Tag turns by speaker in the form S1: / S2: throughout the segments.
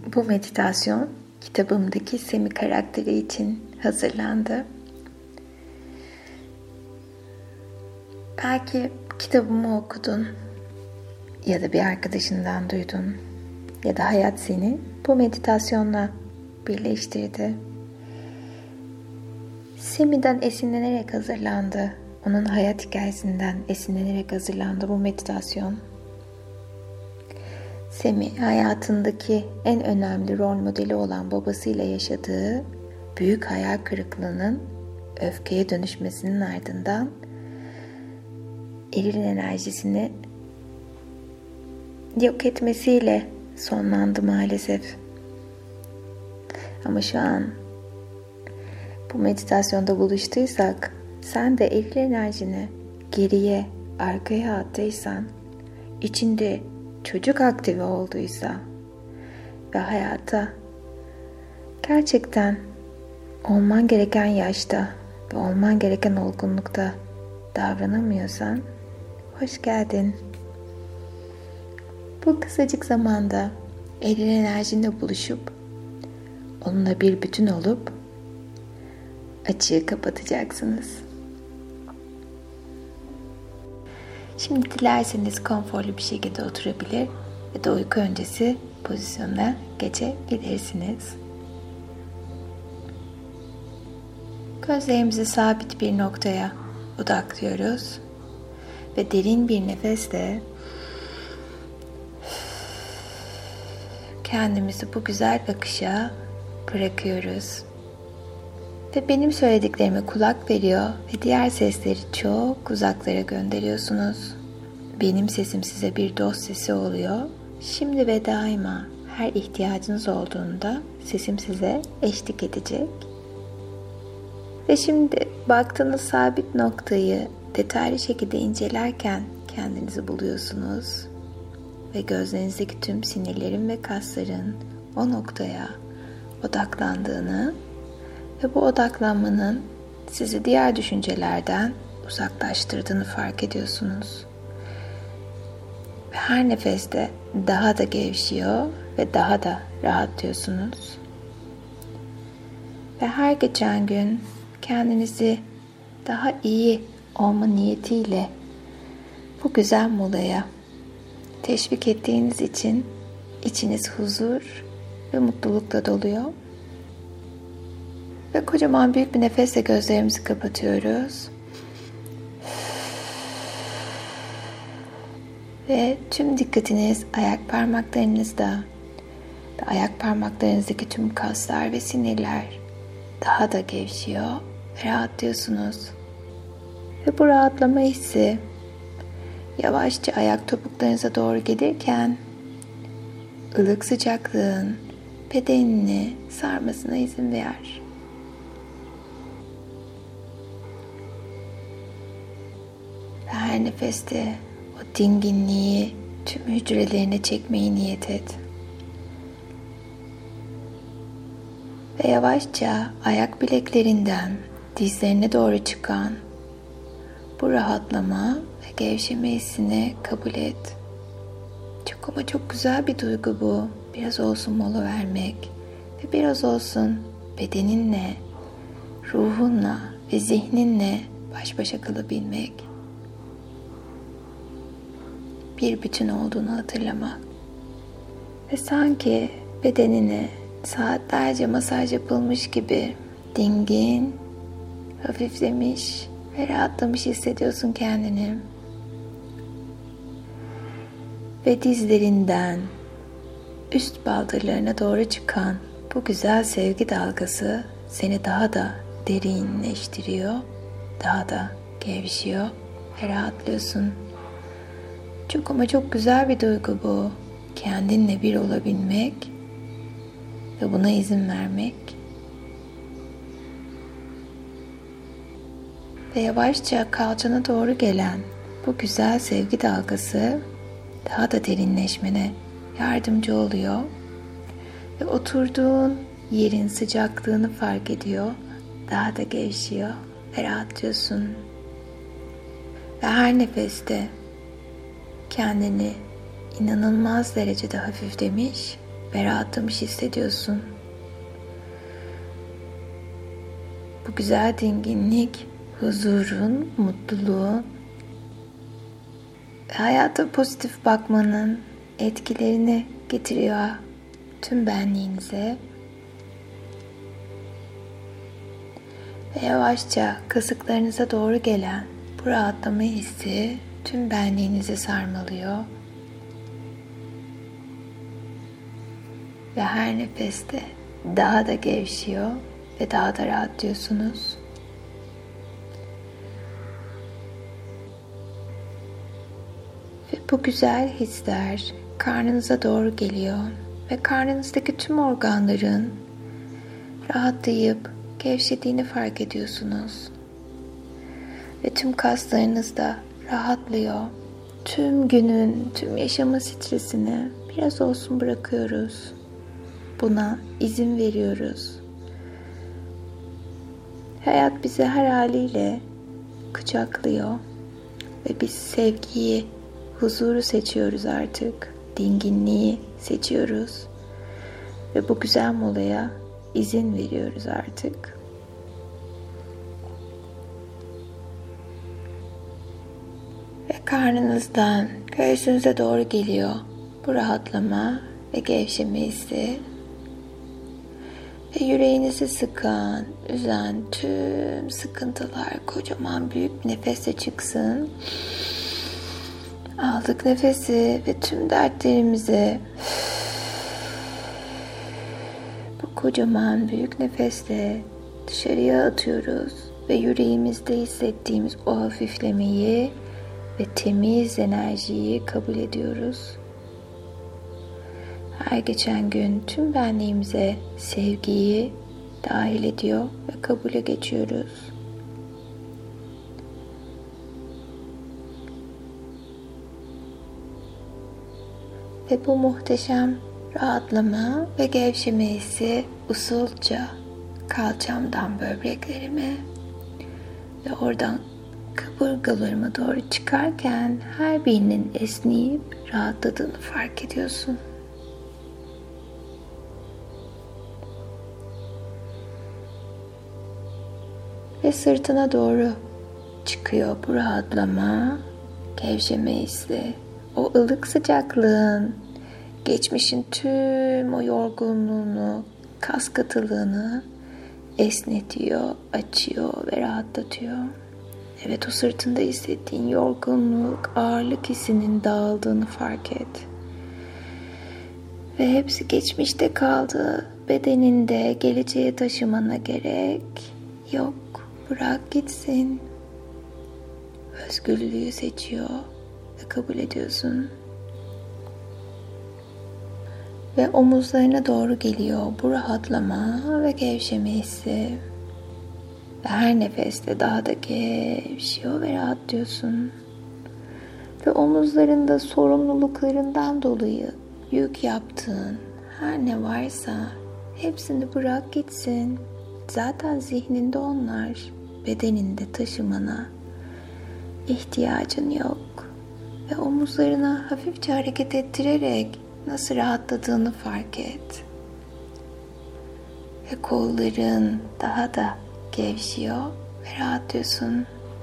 S1: Bu meditasyon kitabımdaki Semi karakteri için hazırlandı. Belki kitabımı okudun ya da bir arkadaşından duydun ya da hayat seni bu meditasyonla birleştirdi. Semi'den esinlenerek hazırlandı. Onun hayat hikayesinden esinlenerek hazırlandı bu meditasyon. Semi hayatındaki en önemli rol modeli olan babasıyla yaşadığı büyük hayal kırıklığının öfkeye dönüşmesinin ardından eril enerjisini yok etmesiyle sonlandı maalesef. Ama şu an bu meditasyonda buluştuysak, sen de eril enerjini geriye, arkaya attıysan, içinde çocuk aktive olduysa ve hayata gerçekten olman gereken yaşta ve olman gereken olgunlukta davranamıyorsan, hoş geldin. Bu kısacık zamanda eril enerjinle buluşup onunla bir bütün olup açığı kapatacaksınız. Şimdi dilerseniz konforlu bir şekilde oturabilir ya da uyku öncesi pozisyona geçebilirsiniz. Gözlerimizi sabit bir noktaya odaklıyoruz ve derin bir nefesle kendimizi bu güzel akışa bırakıyoruz. Ve benim söylediklerime kulak veriyor ve diğer sesleri çok uzaklara gönderiyorsunuz. Benim sesim size bir dost sesi oluyor. Şimdi ve daima her ihtiyacınız olduğunda sesim size eşlik edecek. Ve şimdi baktığınız sabit noktayı detaylı şekilde incelerken kendinizi buluyorsunuz. Ve gözlerinizdeki tüm sinirlerin ve kasların o noktaya odaklandığını ve bu odaklanmanın sizi diğer düşüncelerden uzaklaştırdığını fark ediyorsunuz. Ve her nefeste daha da gevşiyor ve daha da rahatlıyorsunuz. Ve her geçen gün kendinizi daha iyi olma niyetiyle bu güzel molaya teşvik ettiğiniz için içiniz huzur ve mutlulukla doluyor. Ve kocaman büyük bir nefesle gözlerimizi kapatıyoruz. Ve tüm dikkatiniz ayak parmaklarınızda ve ayak parmaklarınızdaki tüm kaslar ve sinirler daha da gevşiyor ve rahatlıyorsunuz. Ve bu rahatlama hissi yavaşça ayak topuklarınıza doğru gelirken ılık sıcaklığın bedenini sarmasına izin ver. Ve her nefeste o dinginliği tüm hücrelerine çekmeyi niyet et. Ve yavaşça ayak bileklerinden dizlerine doğru çıkan bu rahatlama ve gevşeme hissini kabul et. Çok ama çok güzel bir duygu bu. Biraz olsun mola vermek ve biraz olsun bedeninle, ruhunla ve zihninle baş başa kalabilmek. Bir bütün olduğunu hatırlamak. Ve sanki bedenine saatlerce masaj yapılmış gibi dingin, hafiflemiş ve rahatlamış hissediyorsun kendini. Ve dizlerinden üst baldırlarına doğru çıkan bu güzel sevgi dalgası seni daha da derinleştiriyor, daha da gevşiyor ve rahatlıyorsun. Çok ama çok güzel bir duygu bu. Kendinle bir olabilmek ve buna izin vermek. Ve yavaşça kalçana doğru gelen bu güzel sevgi dalgası daha da derinleşmene yardımcı oluyor. Ve oturduğun yerin sıcaklığını fark ediyor. Daha da gevşiyor ve rahatlıyorsun. Ve her nefeste kendini inanılmaz derecede hafiflemiş ve ve rahatlamış hissediyorsun. Bu güzel dinginlik, huzurun, mutluluğun ve hayata pozitif bakmanın etkilerini getiriyor tüm benliğinize. Ve yavaşça kasıklarınıza doğru gelen bu rahatlama hissi tüm benliğinizi sarmalıyor. Ve her nefeste daha da gevşiyor ve daha da rahatlıyorsunuz. Ve bu güzel hisler karnınıza doğru geliyor ve karnınızdaki tüm organların rahatlayıp gevşediğini fark ediyorsunuz. Ve tüm kaslarınız da rahatlıyor. Tüm günün, tüm yaşama stresini biraz olsun bırakıyoruz. Buna izin veriyoruz. Hayat bizi her haliyle kucaklıyor ve biz sevgiyi, huzuru seçiyoruz artık. Dinginliği seçiyoruz ve bu güzel molaya izin veriyoruz artık. Ve karnınızdan göğsünüze doğru geliyor bu rahatlama ve gevşeme hissi. Ve yüreğinizi sıkan, üzen tüm sıkıntılar kocaman büyük bir nefesle çıksın. Aldık nefesi ve tüm dertlerimizi bu kocaman büyük nefesle dışarıya atıyoruz. Ve yüreğimizde hissettiğimiz o hafiflemeyi ve temiz enerjiyi kabul ediyoruz. Her geçen gün tüm benliğimize sevgiyi dahil ediyor ve kabule geçiyoruz. Ve bu muhteşem rahatlama ve gevşeme hissi usulca kalçamdan böbreklerime ve oradan kaburgalarıma doğru çıkarken her birinin esneyip rahatladığını fark ediyorsun. Ve sırtına doğru çıkıyor bu rahatlama, gevşeme hissi. O ılık sıcaklığın, geçmişin tüm o yorgunluğunu, kas katılığını esnetiyor, açıyor ve rahatlatıyor. Evet, o sırtında hissettiğin yorgunluk, ağırlık hissinin dağıldığını fark et. Ve hepsi geçmişte kaldı. Bedeninde geleceğe taşımana gerek yok. Bırak gitsin. Özgürlüğü seçiyor ve kabul ediyorsun. Ve omuzlarına doğru geliyor bu rahatlama ve gevşeme hissi. Ve her nefeste daha da gevşiyor ve rahatlıyorsun. Ve omuzlarında sorumluluklarından dolayı yük yaptığın her ne varsa hepsini bırak gitsin. Zaten zihninde onlar, bedeninde taşımana ihtiyacın yok. Ve omuzlarına hafifçe hareket ettirerek nasıl rahatladığını fark et. Ve kolların daha da gevşiyor ve rahatlıyorsun.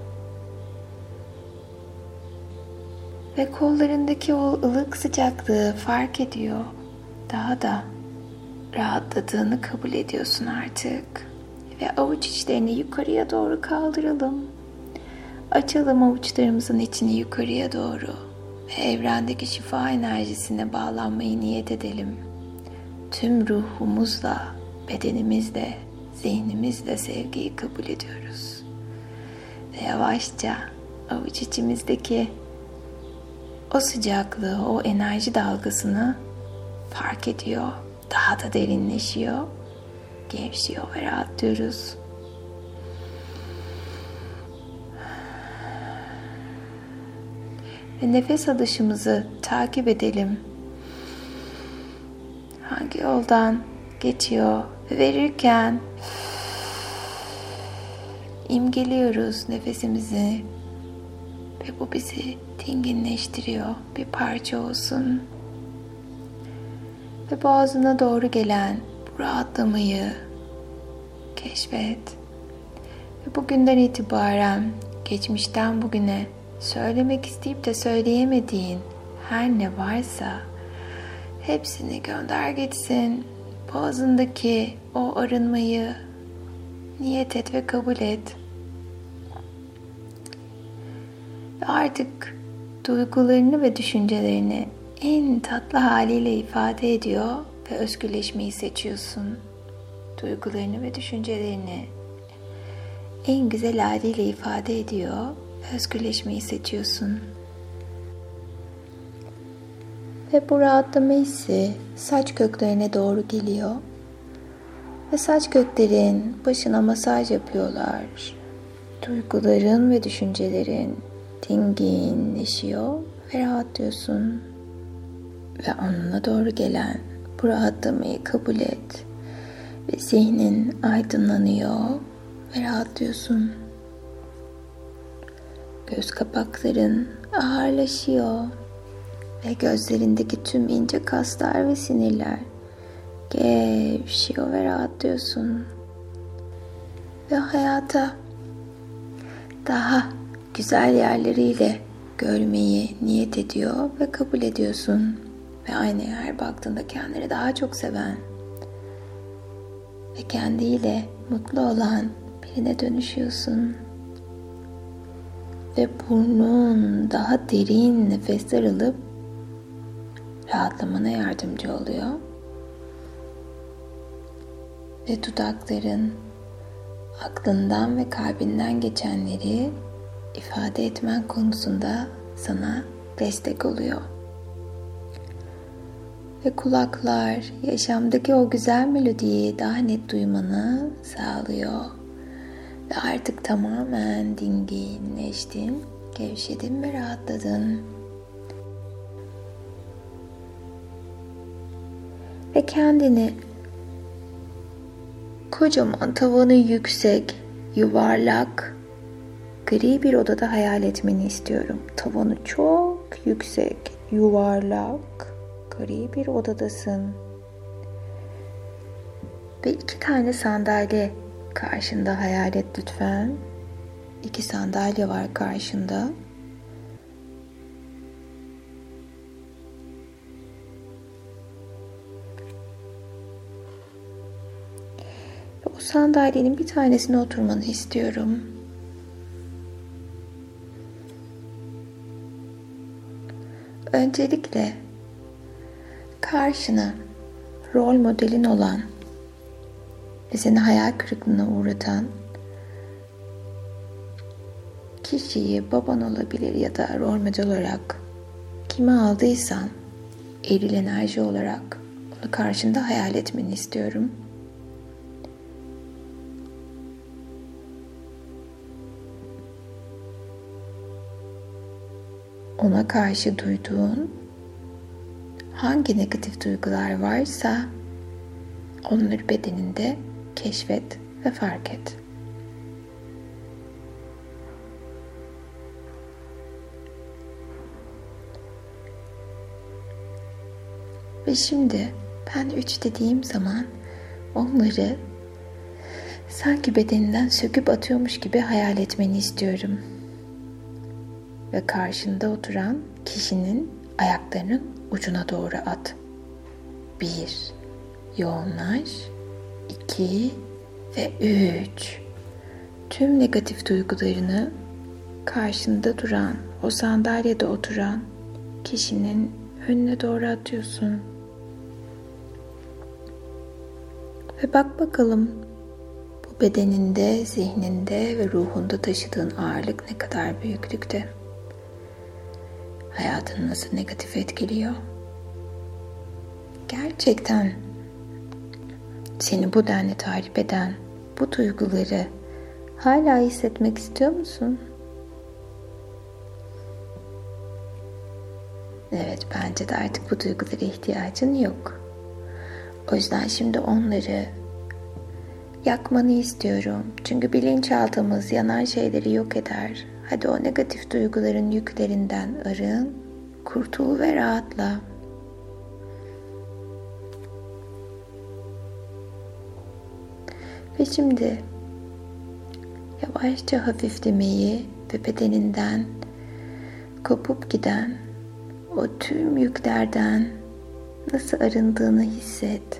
S1: Ve kollarındaki o ılık sıcaklığı fark ediyor. Daha da rahatladığını kabul ediyorsun artık. Ve avuç içlerini yukarıya doğru kaldıralım. Açalım avuçlarımızın içini yukarıya doğru. Ve evrendeki şifa enerjisine bağlanmayı niyet edelim. Tüm ruhumuzla, bedenimizle, zihnimizle sevgiyi kabul ediyoruz. Ve yavaşça avuç içimizdeki o sıcaklığı, o enerji dalgasını fark ediyor. Daha da derinleşiyor, gevşiyor ve rahatlıyoruz. Ve nefes alışımızı takip edelim. Hangi yoldan geçiyor ve verirken imgeliyoruz nefesimizi ve bu bizi dinginleştiriyor. Bir parça olsun. ve boğazına doğru gelen bu rahatlamayı keşfet. Ve bugünden itibaren geçmişten bugüne söylemek isteyip de söyleyemediğin her ne varsa hepsini gönder gitsin. Boğazındaki o arınmayı niyet et ve kabul et. Ve artık duygularını ve düşüncelerini en tatlı haliyle ifade ediyor ve özgürleşmeyi seçiyorsun. Duygularını ve düşüncelerini en güzel haliyle ifade ediyor ve özgürleşmeyi seçiyorsun. Ve bu rahatlama hissi saç köklerine doğru geliyor. Ve saç köklerin başına masaj yapıyorlar. Duyguların ve düşüncelerin dinginleşiyor ve rahatlıyorsun. Ve alnına doğru gelen bu rahatlamayı kabul et. Ve zihnin aydınlanıyor ve rahatlıyorsun. Göz kapakların ağırlaşıyor. Ve gözlerindeki tüm ince kaslar ve sinirler gevşiyor ve rahatlıyorsun. Ve hayata daha güzel yerleriyle görmeyi niyet ediyor ve kabul ediyorsun. Ve aynaya her baktığında kendini daha çok seven ve kendiyle mutlu olan birine dönüşüyorsun. Ve burnun daha derin nefesler alıp rahatlamana yardımcı oluyor. Ve dudakların aklından ve kalbinden geçenleri ifade etmen konusunda sana destek oluyor. Ve kulaklar yaşamdaki o güzel melodiyi daha net duymanı sağlıyor. Ve artık tamamen dinginleştin, gevşedin ve rahatladın. Ve kendini kocaman, tavanı yüksek, yuvarlak, gri bir odada hayal etmeni istiyorum. Tavanı çok yüksek, yuvarlak, gri bir odadasın. Ve 2 tane sandalye karşında hayal et lütfen. 2 sandalye var karşında. O sandalyenin bir tanesine oturmanı istiyorum. Öncelikle karşına rol modelin olan ve seni hayal kırıklığına uğratan kişiyi, baban olabilir ya da rol model olarak kimi aldıysan eril enerji olarak onu karşında hayal etmeni istiyorum. Ona karşı duyduğun hangi negatif duygular varsa onları bedeninde keşfet ve fark et. Ve şimdi ben 3 dediğim zaman onları sanki bedeninden söküp atıyormuş gibi hayal etmeni istiyorum. Ve karşında oturan kişinin ayaklarının ucuna doğru at. 1. Yoğunlaş. 2 ve 3. Tüm negatif duygularını karşında duran, o sandalyede oturan kişinin önüne doğru atıyorsun. Ve bak bakalım bu bedeninde, zihninde ve ruhunda taşıdığın ağırlık ne kadar büyüklükte. Hayatını nasıl negatif etkiliyor? Gerçekten seni bu denli tahrip eden bu duyguları hala hissetmek istiyor musun? Evet, bence de artık bu duygulara ihtiyacın yok. O yüzden şimdi onları yakmanı istiyorum. Çünkü bilinçaltımız yanan şeyleri yok eder. Hadi o negatif duyguların yüklerinden arın, kurtul ve rahatla. Ve şimdi yavaşça hafiflemeyi ve bedeninden kopup giden o tüm yüklerden nasıl arındığını hisset.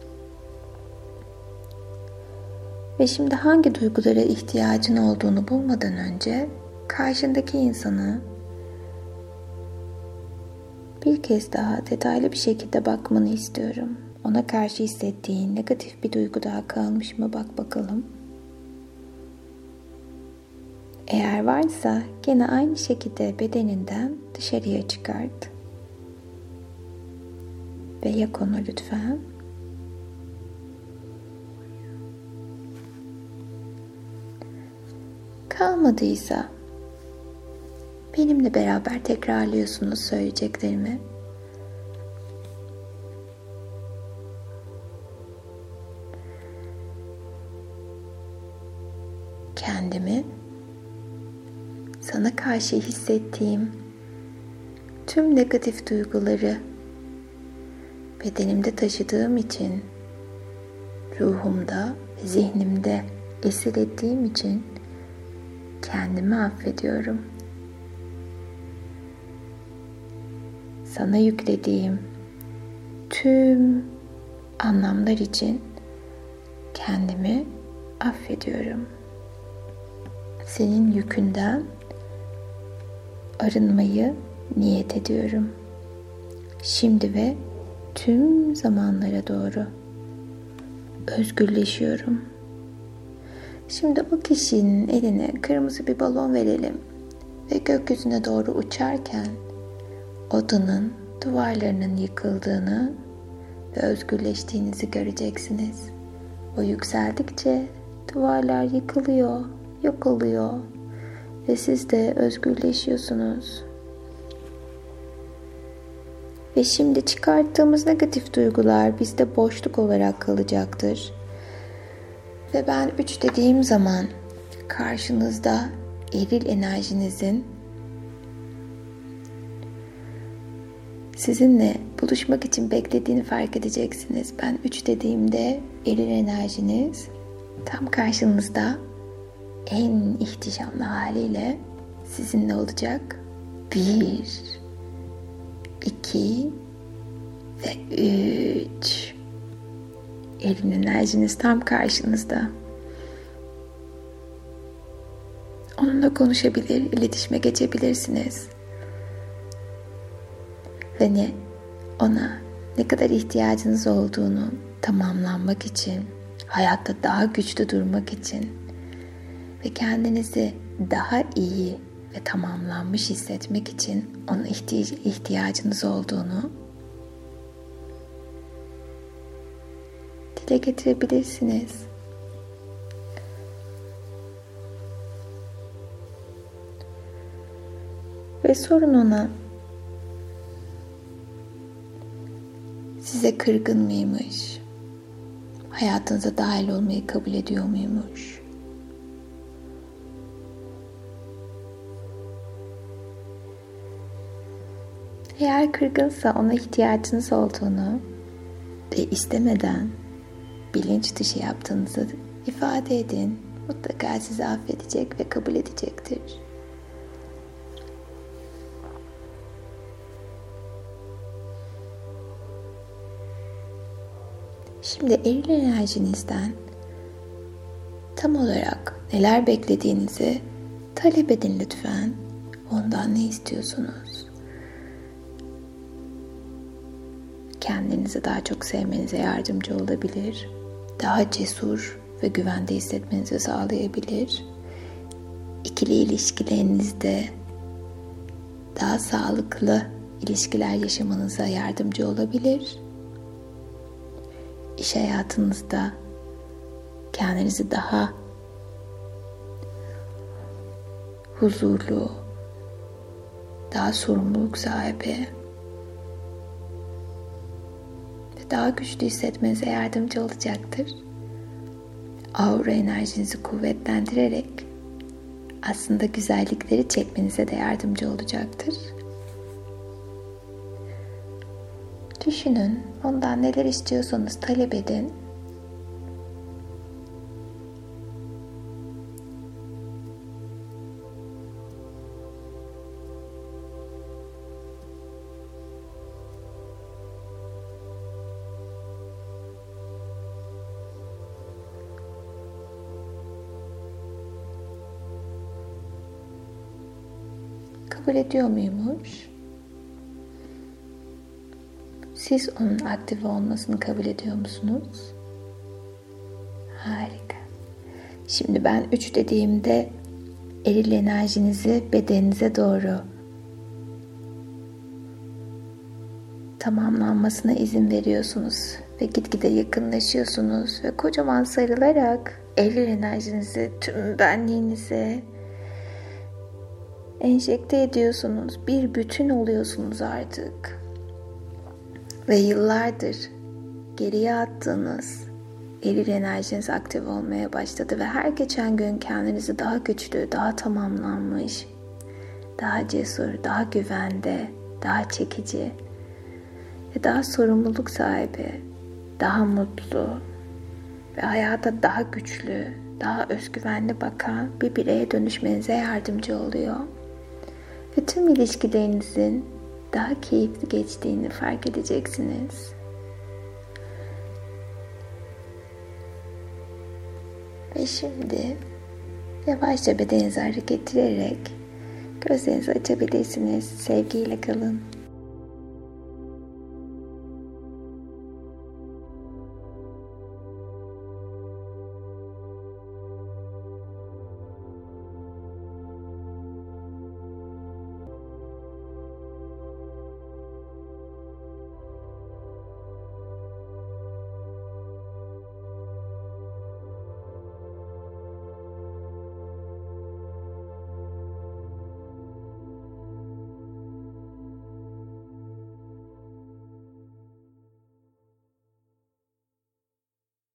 S1: Ve şimdi hangi duygulara ihtiyacın olduğunu bulmadan önce karşındaki insanı bir kez daha detaylı bir şekilde bakmanı istiyorum. Ona karşı hissettiğin negatif bir duygu daha kalmış mı bak bakalım. Eğer varsa gene aynı şekilde bedeninden dışarıya çıkart. Ve yak onu lütfen. Kalmadıysa benimle beraber tekrarlıyorsunuz söyleyeceklerimi. Kendimi sana karşı hissettiğim tüm negatif duyguları bedenimde taşıdığım için, ruhumda ve zihnimde esir ettiğim için kendimi affediyorum. Sana yüklediğim tüm anlamlar için kendimi affediyorum. Senin yükünden arınmayı niyet ediyorum. Şimdi ve tüm zamanlara doğru özgürleşiyorum. Şimdi o kişinin eline kırmızı bir balon verelim ve gökyüzüne doğru uçarken odanın duvarlarının yıkıldığını ve özgürleştiğinizi göreceksiniz. O yükseldikçe duvarlar yıkılıyor, yok oluyor ve siz de özgürleşiyorsunuz. Ve şimdi çıkarttığımız negatif duygular bizde boşluk olarak kalacaktır. Ve ben 3 dediğim zaman karşınızda eril enerjinizin sizinle buluşmak için beklediğini fark edeceksiniz. Ben 3 dediğimde eril enerjiniz tam karşınızda en ihtişamlı haliyle sizinle olacak. 1, 2 ve 3. Eril enerjiniz tam karşınızda. Onunla konuşabilir, iletişime geçebilirsiniz. Ve ona ne kadar ihtiyacınız olduğunu tamamlanmak için, hayatta daha güçlü durmak için ve kendinizi daha iyi ve tamamlanmış hissetmek için ona ihtiyacınız olduğunu dile getirebilirsiniz. Ve sorun ona, size kırgın mıymış? Hayatınıza dahil olmayı kabul ediyor muymuş? Eğer kırgınsa ona ihtiyacınız olduğunu ve istemeden bilinç dışı yaptığınızı ifade edin. Mutlaka sizi affedecek ve kabul edecektir. Şimdi eril enerjinizden tam olarak neler beklediğinizi talep edin lütfen. Ondan ne istiyorsunuz? Kendinizi daha çok sevmenize yardımcı olabilir. Daha cesur ve güvende hissetmenizi sağlayabilir. İkili ilişkilerinizde daha sağlıklı ilişkiler yaşamanıza yardımcı olabilir. İş hayatınızda kendinizi daha huzurlu, daha sorumluluk sahibi ve daha güçlü hissetmenize yardımcı olacaktır. Aura enerjinizi kuvvetlendirerek aslında güzellikleri çekmenize de yardımcı olacaktır. Düşünün, ondan neler istiyorsanız talep edin. kabul ediyor muymuş? Siz onun aktif olmasını kabul ediyor musunuz? Harika. Şimdi ben 3 dediğimde eril enerjinizi bedeninize doğru tamamlanmasına izin veriyorsunuz ve gitgide yakınlaşıyorsunuz ve kocaman sarılarak eril enerjinizi tüm benliğinize enjekte ediyorsunuz. Bir bütün oluyorsunuz artık. Ve yıllardır geriye attığınız eril enerjiniz aktif olmaya başladı ve her geçen gün kendinizi daha güçlü, daha tamamlanmış, daha cesur, daha güvende, daha çekici ve daha sorumluluk sahibi, daha mutlu ve hayata daha güçlü, daha özgüvenli bakan bir bireye dönüşmenize yardımcı oluyor. Ve tüm ilişkilerinizin daha keyifli geçtiğini fark edeceksiniz. Ve şimdi yavaşça bedeninizi hareket ettirerek gözlerinizi açabilirsiniz. Sevgiyle kalın.